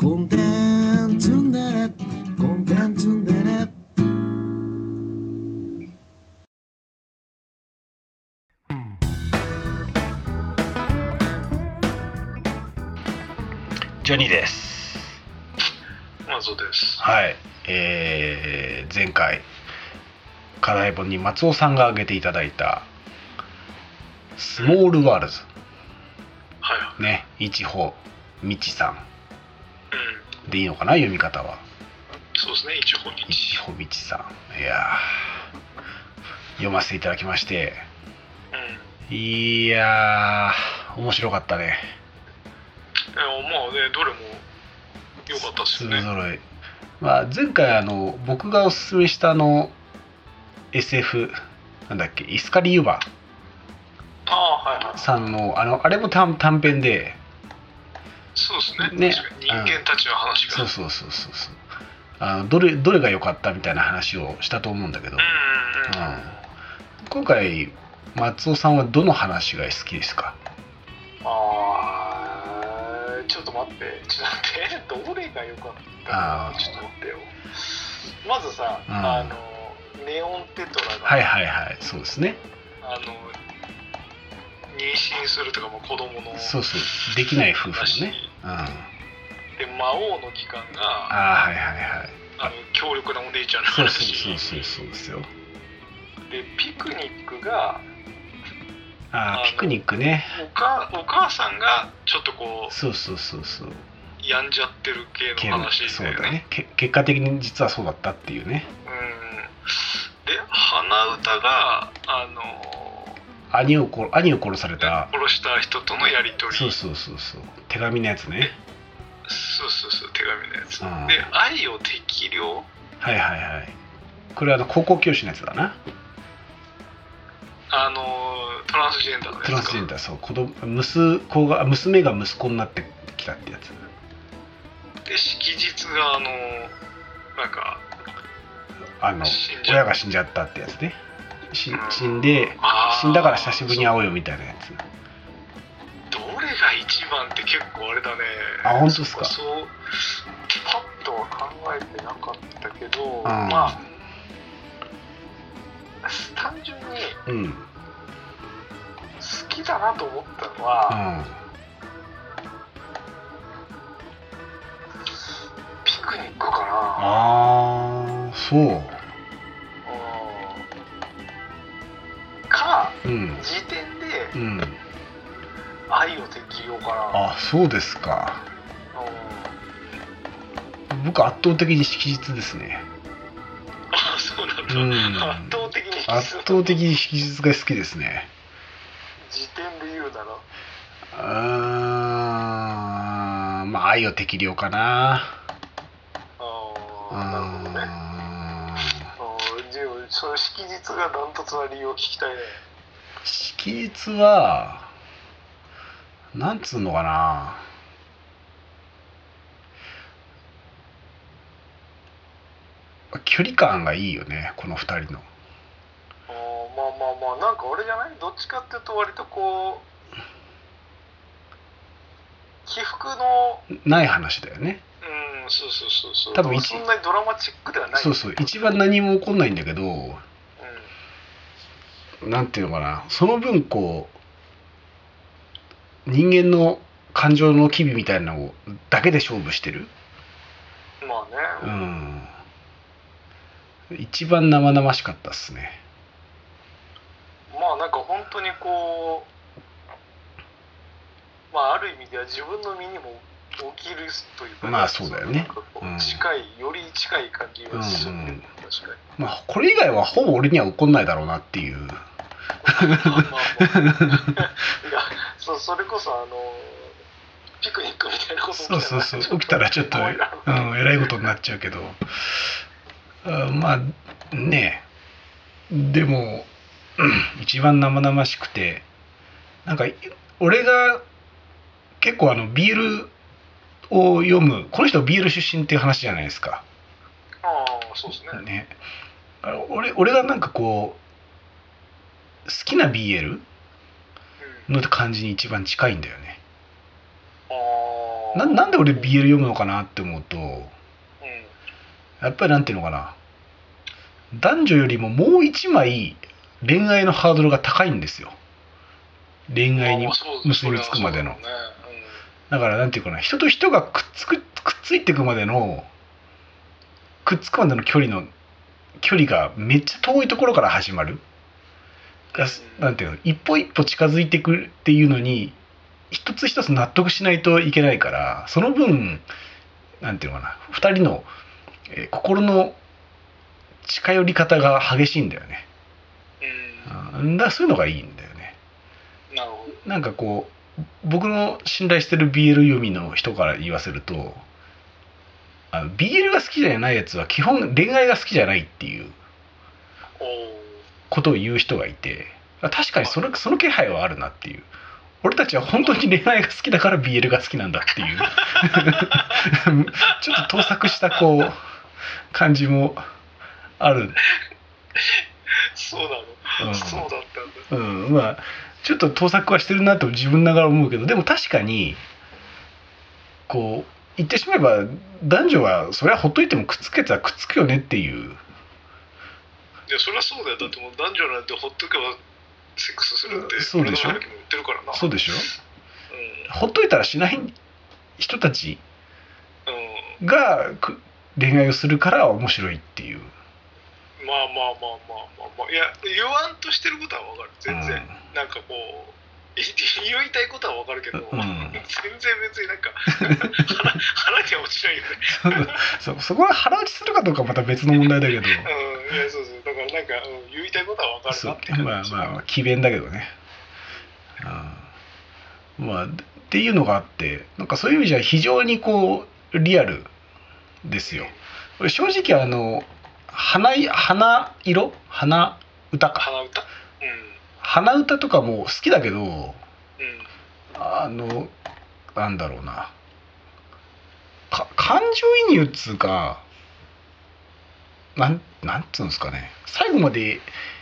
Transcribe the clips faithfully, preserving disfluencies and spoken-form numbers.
コンテンツンデレコンテンツンデレジョニーです。 マゾです。 はい、えー、前回課題本に松尾さんが挙げていただいたスモールワールズ、 はいはいね、一歩みちさうんんでいいのかな、読み方は。 そうですね、一歩道。 一歩みちさん、いやー読ませていただきまして、 うんいやー面白かったね。 いやまあね、どれも良かったっすよね。 それぞれ、まあ、前回あの僕がおすすめしたあの エスエフ なんだっけ、イスカリ・ユバああはいはいさんのあのあれも短短編で、 そうですね。 ね確かに人間たちの話が。 そうそうそうそうそうあのどれどれが良かったみたいな話をしたと思うんだけど、 うんうんうん。 うん今回松尾さんはどの話が好きですか？ ああちょっと待って、ちょっと待って、どれが良かったかあーな、ちょっと待ってよ。まずさ、 うんあのネオンテトラが、 はいはいはいそうですね。 あの妊娠するとかも子供のそうそうできない夫婦のね、うん、あで魔王の機関があはいはいはいあの強力なお姉ちゃんのそう話そうそうそうそうですよ。 でピクニックがああピクニックね。 おかお母さんがちょっとこうそうそうそうそう病んじゃってる系の話そうだよね。 だねけ結果的に実はそうだったっていうね。 うんで鼻歌があの兄をこ兄を殺された、 殺した人とのやり取り。 そうそうそうそう手紙のやつね。 そうそうそう手紙のやつ、 うんで愛を適量。 はいはいはいこれはあの高校教師のやつだな。 あのトランスジェンダーのやつか。 トランスジェンダーそう子供息子が娘が息子になってきたってやつ。 で式日があのなんかあの死んじゃう親が死んじゃったってやつね。しうん死んであー死んだから久しぶりに会おうよみたいなやつ。 どれが一番って結構あれだね。 あ本当ですか。 そうパッとは考えてなかったけど、 んまあ単純にうんうん好きだなと思ったのは、ピクニックかな。 ああそううんか、 うん時点でうん愛を適用かな。 あそうですか。 うん僕圧倒的に式日ですね。 あそうなんだ、 うん圧倒的に圧倒的に式日が好きですね。 時点で言うならあーまあ愛を適量かな。 ああなるほどね。あーじゃあその式日がダントツな理由を聞きたいね。 式日はなんつうのかな、距離感がいいよねこのふたりの。 あーまあまあまあなんかあれじゃない、どっちかっていうと割とこう起伏のない話だよね。 うんそうそうそうそう多分一そんなにドラマチックではない。 そうそう一番何も起こんないんだけど、 うんなんていうのかな、その分こう人間の感情の機微みたいなのだけで勝負してる。 まあうね、 ん一番生々しかったっすね。 まあなんか本当にこうまあある意味では自分の身にも起きるというか、 まあそうだよねなんかこううん近い、より近い感じがするね、 うんうん確かに。 まあこれ以外はほぼ俺には起こんないだろうなっていう。 まあまあまあいやそそれこそあのピクニックみたいなこと起きたらそうそうそう起きたらちょっと、 怖いなうん、えらいことになっちゃうけど、あまあねでもうん一番生々しくて、なんか俺が結構あのビールを読む、この人ビール出身っていう話じゃないですか。 ああそうですね。 ねあの俺俺がなんかこう好きな ビーエルうん、 の感じに一番近いんだよね。 あな, なんで俺 ビーエル 読むのかなって思うと、 うん、 やっぱりなんていうのかな、男女よりももう一枚恋愛のハードルが高いんですよ。恋愛に結びつくまでの、 まあまあそう、それはそうだろうね、 だからなんていうかな、人と人がくっつくくっついていくまでのくっつくまでの距離の距離がめっちゃ遠いところから始まる、 うん、 なんていうの、一歩一歩近づいていくっていうのに一つ一つ納得しないといけないから、その分なんていうのかな、ふたりの、えー心の近寄り方が激しいんだよね。 うん、 うん、だからそういうのがいいんだよね。 なるほど。 なんかこう僕の信頼してる ビーエル 読みの人から言わせると、あの ビーエル が好きじゃないやつは基本恋愛が好きじゃないっていうおー、 ことを言う人がいて、確かにそのその気配はあるなっていう。俺たちは本当に恋愛が好きだから ビーエル が好きなんだっていうちょっと盗作したこう感じもある。 そうなの、 うん、 そうだったんだ。 うん、まあちょっと盗作はしてるなと自分ながら思うけど、でも確かにこう言ってしまえば男女はそれはほっといてもくっつくやつはくっつくよねっていう。 いやそりゃそうだよ、だってもう男女なんてほっとけばセックスするってそうでしょ、 俺の兄貴も言ってるからな。 そうでしょ、 うん、 ほっといたらしない人たちうん、 が恋愛をするから面白いっていう。 まあまあまあまあまあまあ、いや言わんとしてることはわかる全然、 うん、 なんかこう言いたいことはわかるけど、 うん、 全然別になんか腹腹には落ちないよねそ, そこは腹落ちするかどうかはまた別の問題だけど、うん、 うん、いやそうそう、だからなんか、うん、言いたいことはわかるなって感じ。 まあまあ詭弁だけどね、うん、まあっていうのがあって、なんかそういう意味じゃ非常にこうリアルですよ。これ正直あの花花色花歌か鼻歌、うん、 花歌とかも好きだけど、 うん、 あのなんだろうな、か感情移入っつうか、なんなんつうんですかね、最後まで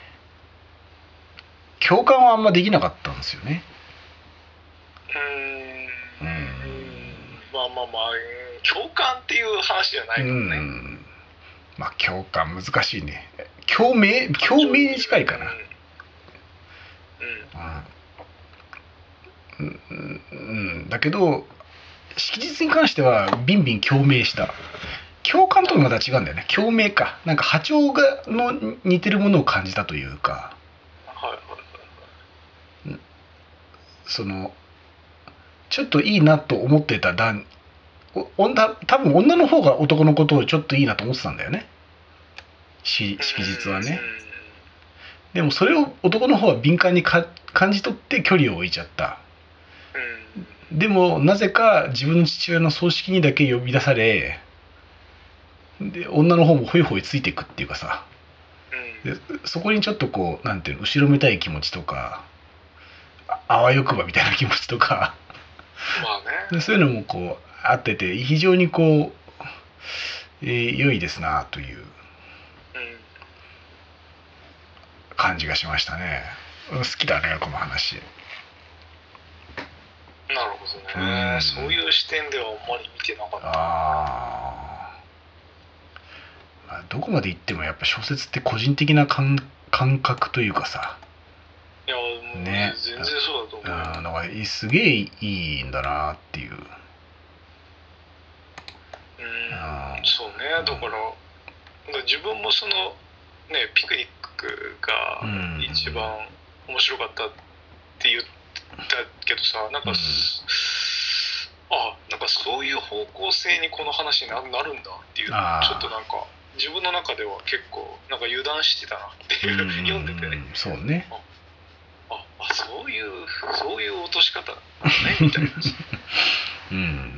共感はあんまできなかったんですよね。 うーん、うん、まあまあまあ、共感っていう話じゃないからね。うん、 まあ共感難しいね。共鳴共鳴に近いかな。うん、うんうん、だけど式日に関してはビンビン共鳴した。共感ともまた違うんだよね。共鳴か、なんか波長がの似てるものを感じたというか、 はいはいはいはい、 そのちょっといいなと思ってた男女、多分女の方が男のことをちょっといいなと思ってたんだよね、し式日はね。でもそれを男の方は敏感にか感じ取って距離を置いちゃった。でもなぜか自分の父親の葬式にだけ呼び出され、で女の方もホイホイついていくっていうかさ、でそこにちょっとこうなんていうの、後ろめたい気持ちとか、あわよくばみたいな気持ちとか、 まあね、 そういうのもこうあってて、非常にこう、えー、良いですなという感じがしましたね。好きだねこの話。 なるほどね、うん、そういう視点ではあんまり見てなかった。 あ、まあどこまでいってもやっぱ小説って個人的な感感覚というかさ、 いやもうね、全然そうだと思う。 うん、だからすげえいいんだなっていう。うん、 そうね、だから、うん、自分もそのねピクニックが一番面白かったって言ったけどさ、なんか、うん、あ、なんかそういう方向性にこの話になるんだっていう、ちょっとなんか自分の中では結構なんか油断してたなっていう、うん、読んでてね。 そうね。 ああ、そういうそういう落とし方なんねみたいな。 うん。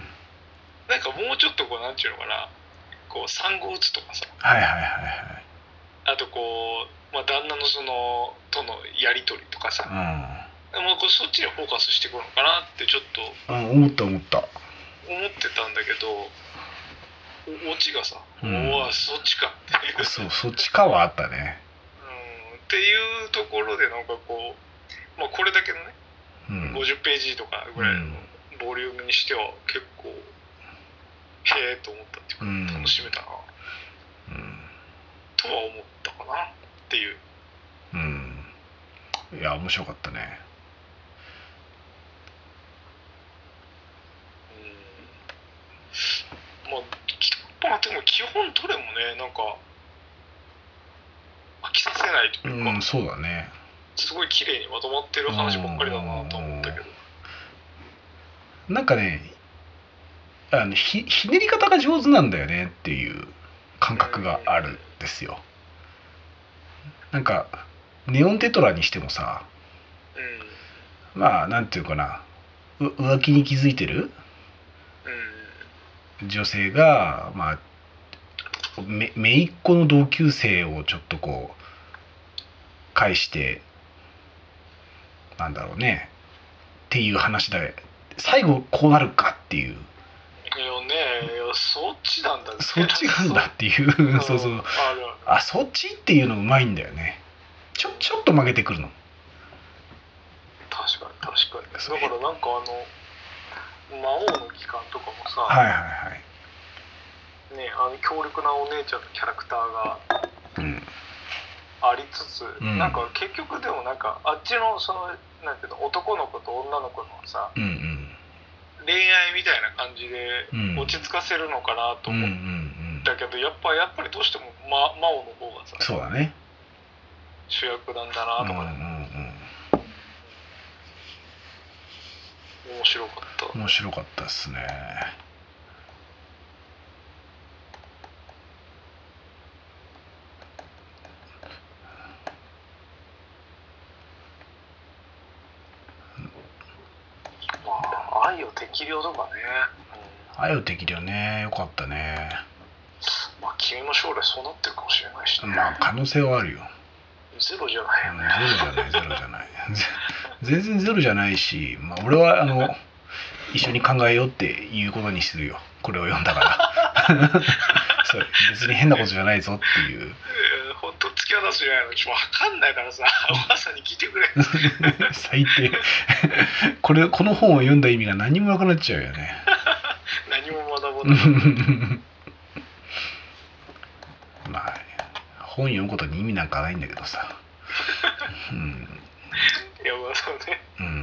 なんかもうちょっとこうなんていうのかな、こう産後うつとかさ。 はいはいはいはい。 あとこう、まあ、旦那のそのとのやり取りとかさ。うん、もうこれそっちにフォーカスしていくのかなってちょっと。 うん、思った思った。 思ってたんだけど。オチがさ、うん、おおそっちかっていう。 そうそっちかはあったね。 うん、っていうところでなんかこう、まあ、これだけのね、うん、ごじゅっページとかぐらいのボリュームにしては結構へえと思ったっていうか、うん、楽しめたな、うん、とは思ったかなっていう。 うん、いや面白かったね。 うん、まあまあでも基本どれもねなんか飽きさせないというか、 うん、そうだね。 すごい綺麗にまとまってる話ばっかりだなと思ったけど、 なんかねあの ひ, ひねり方が上手なんだよねっていう感覚があるんですよ。なんかネオンテトラにしてもさ、うん、まあなんていうかな浮気に気づいてる、うん、女性がまあめ姪っ子の同級生をちょっとこう返してなんだろうねっていう話で最後こうなるかっていう。 いやねいやそっちなんだ、ね、 そっちなんだっていうそうそうああそっちっていうのうまいんだよね。ちょちょっと曲げてくるの。 確かに確かに。だからなんかあの魔王の帰還とかもさ、 はいはいはいねあの強力なお姉ちゃんのキャラクターがありつつ、うん、なんか結局でもなんかあっちのそのなんていうの男の子と女の子のさ、うんうん、恋愛みたいな感じで落ち着かせるのかなと思ったけど、やっぱやっぱりどうしても魔魔王の方がさ、 そうだね主役なんだなとかね、うんうんうん、面白かった面白かったですね。 まあ愛を適量とかね、 うん、愛を適量ねよかったね。 まあ君も将来そうなってるかもしれないしね。 まあ可能性はあるよ。 ゼロじゃないよね。 ゼロじゃないゼロじゃない全然ゼロじゃないし、まあ、俺はあの一緒に考えようっていうことにするよこれを読んだからそう別に変なことじゃないぞっていう。 えー、本当突き放すじゃないのちょっと分かんないからさお母さんに聞いてくれ最低これこの本を読んだ意味が何もなくなっちゃうよね何も学ぼないまあ本読むことに意味なんかないんだけどさうん、 いやまあそうね、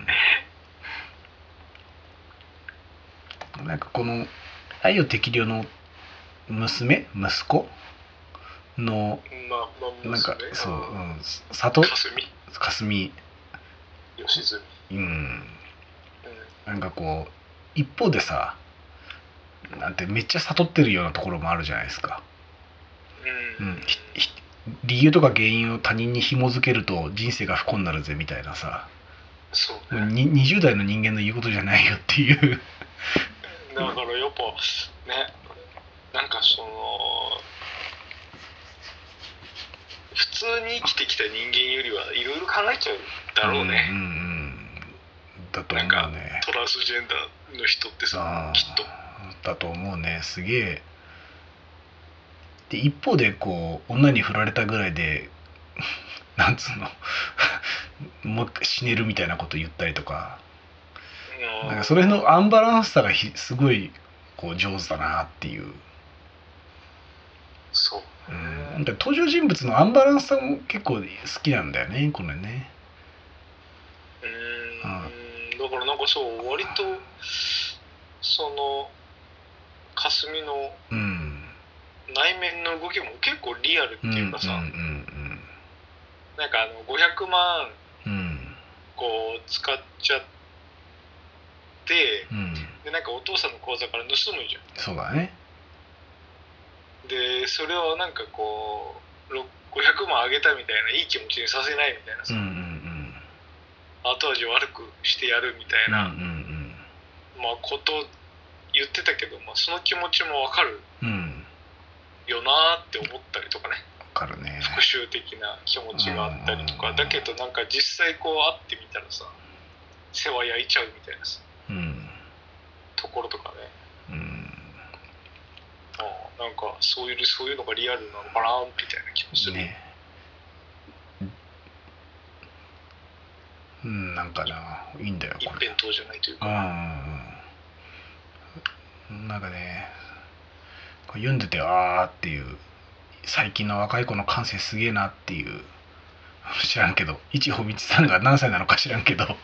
うん、なんかこの愛を適量の娘息子の、 まあまあ、 なんかそう、うん、里かすみかすみ吉住、 うん、うん、なんかこう一方でさなんてめっちゃ悟ってるようなところもあるじゃないですか。うん、うん、理由とか原因を他人に紐づけると人生が不幸になるぜみたいなさ、 そうね、 ににじゅう代の人間の言うことじゃないよっていうだからやっぱねなんかその普通に生きてきた人間よりはいろいろ考えちゃうだろうね、うんうんうん、 だと思うね。なんかトランスジェンダーの人ってさきっとだと思うね。すげえ。で一方でこう女に振られたぐらいでなんつうのもう一回死ねるみたいなこと言ったりとか、なんかそれのアンバランスさがすごいこう上手だなっていう。 そう、 うん、なんか登場人物のアンバランスさも結構好きなんだよねこれね。 うーん、だからなんかそう割とその霞の内面の動きも結構リアルっていうかさ、うんうんうんうん、なんかあのごひゃくまんこう使っちゃって、うん、でなんかお父さんの口座から盗むじゃん。 そうだね。 でそれをなんかこうごひゃくまんあげたみたいないい気持ちにさせないみたいなさ、うんうんうん、後味悪くしてやるみたいな、うんうんうん、まあこと言ってたけど、まあ、その気持ちも分かるよなって思ったりとかね、 分かるね、 復讐的な気持ちがあったりとか、だけどなんか実際こう会ってみたらさ世話焼いちゃうみたいなさ、うん、ところとかね、うん、あなんかそういうそういうのがリアルなのかなみたいな気もするね。 うん、なんかないいんだよ一辺倒じゃないというか、 うんなんかねこう読んでてあーっていう最近の若い子の感性すげえなっていう知らんけど一穂道さんが何歳なのか知らんけどどう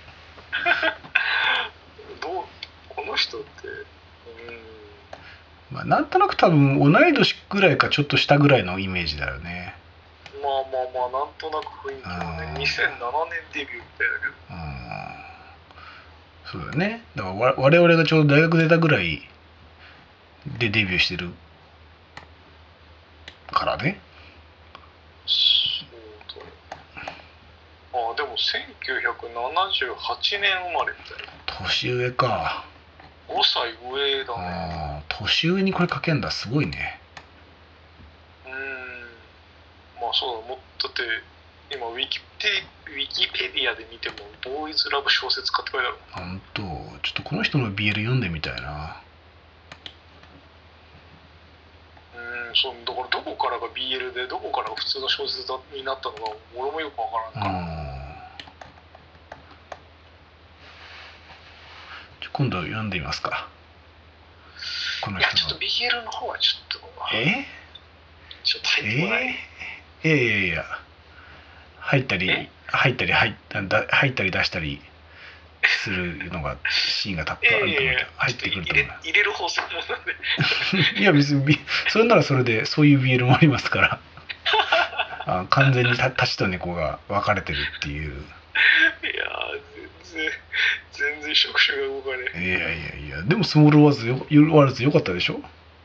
この人ってうんまあなんとなく多分同い年ぐらいかちょっと下ぐらいのイメージだよね。 まあまあまあなんとなく雰囲気はねにせんななねんデビューみたいだけどうんそうだよね。だからわ我々がちょうど大学出たぐらいでデビューしてるからね。 そうだああでもせんきゅうひゃくななじゅうはちねん生まれみたいな年上か。 ごさい上だね。 ああ年上にこれ書けんだすごいね。 うーんまあそうだもだって今ウィキペウィキペディアで見てもボーイズラブ小説家って書いてある。 ほんとちょっとこの人の ビーエル 読んでみたいな。 うーんそうだからどこからが ビーエル でどこからが普通の小説だになったのか俺もよくわからないから、 うん今度読んでみますかこのいや人の。 ちょっと ビーエル の方はちょっとえちょっと入ってこない、 えー、いやいやいや入ったり入ったり入っただ入ったり出したりするのがシーンがたっぷりあると思って、 いやいや入ってくると入思うれ入れる放送もなんでいや別にビそれならそれでそういう ビーエル もありますからあ完全にた立ちと猫が分かれてるっていう。 いや全然全然触手が動かねえ。 いやいやいやでもスモールワーズよワールズ良かったでしょ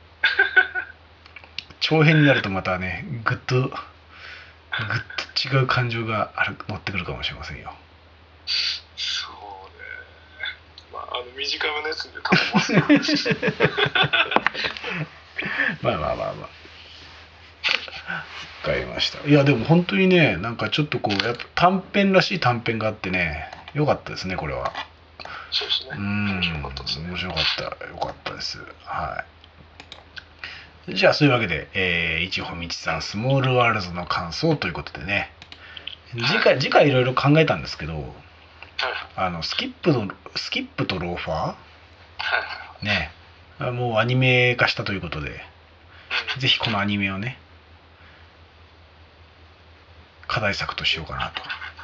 長編になるとまたねぐっとぐっと違う感情がある乗ってくるかもしれませんよ。 そうねまああの短めのやつで頼みますよまあまあまあまあわかりました。いやでも本当にねなんかちょっとこうやっぱ短編らしい短編があってね良かったですねこれは。 そうですねうん面白かったですね。 面白かった良かったです。はいじゃあそういうわけで、えー、一穂道さんスモールワールズの感想ということでね次回次回いろいろ考えたんですけどはいあのスキップのスキップとローファはいはーねもうアニメ化したということでい、うんぜひこのアニメをね課題作としようかなと。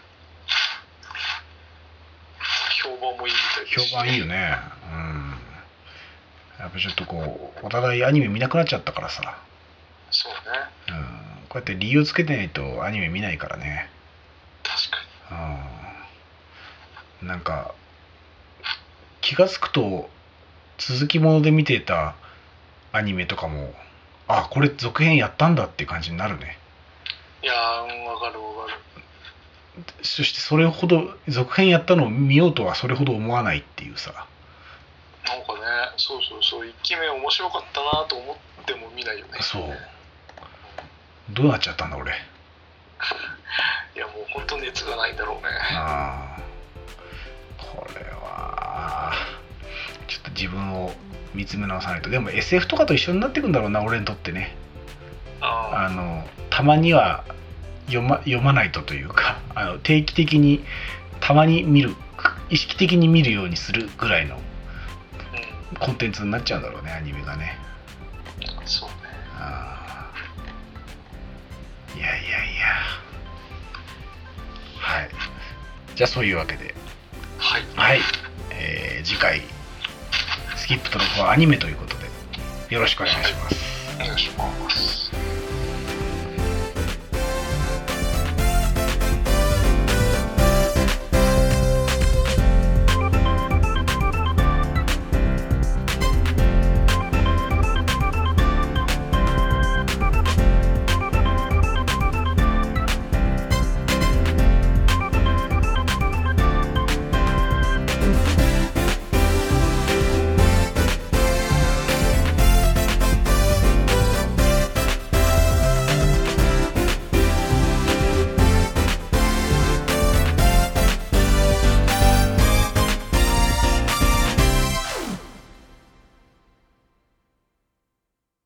評判もいいみたいですし評判いいよね。うんやっぱちょっとこうお互いアニメ見なくなっちゃったからさ、 そうねうん、こうやって理由つけてないとアニメ見ないからね。 確かうんなんか気がつくと続きもので見てたアニメとかもあこれ続編やったんだっていう感じになるね。 にいやーうんわかるわかる。 そしてそれほど続編やったのを見ようとはそれほど思わないっていうさ。 なんかねそうそうそういっきめ面白かったなと思っても見ないよね。 そうどうなっちゃったんだ俺。 いやもう本当熱がないんだろうね。 ああこれはちょっと自分を見つめ直さないと。でも エスエフ とかと一緒になってくんだろうな俺にとってね。 ああのたまには読ま、読まないとというかあの定期的にたまに見る意識的に見るようにするぐらいのうんコンテンツになっちゃうんだろうねアニメがね。 そうね。 あいやいやいやはいじゃあそういうわけではいはい、えー、次回スキップとロコはアニメということでよろしくお願いします。 お願いします。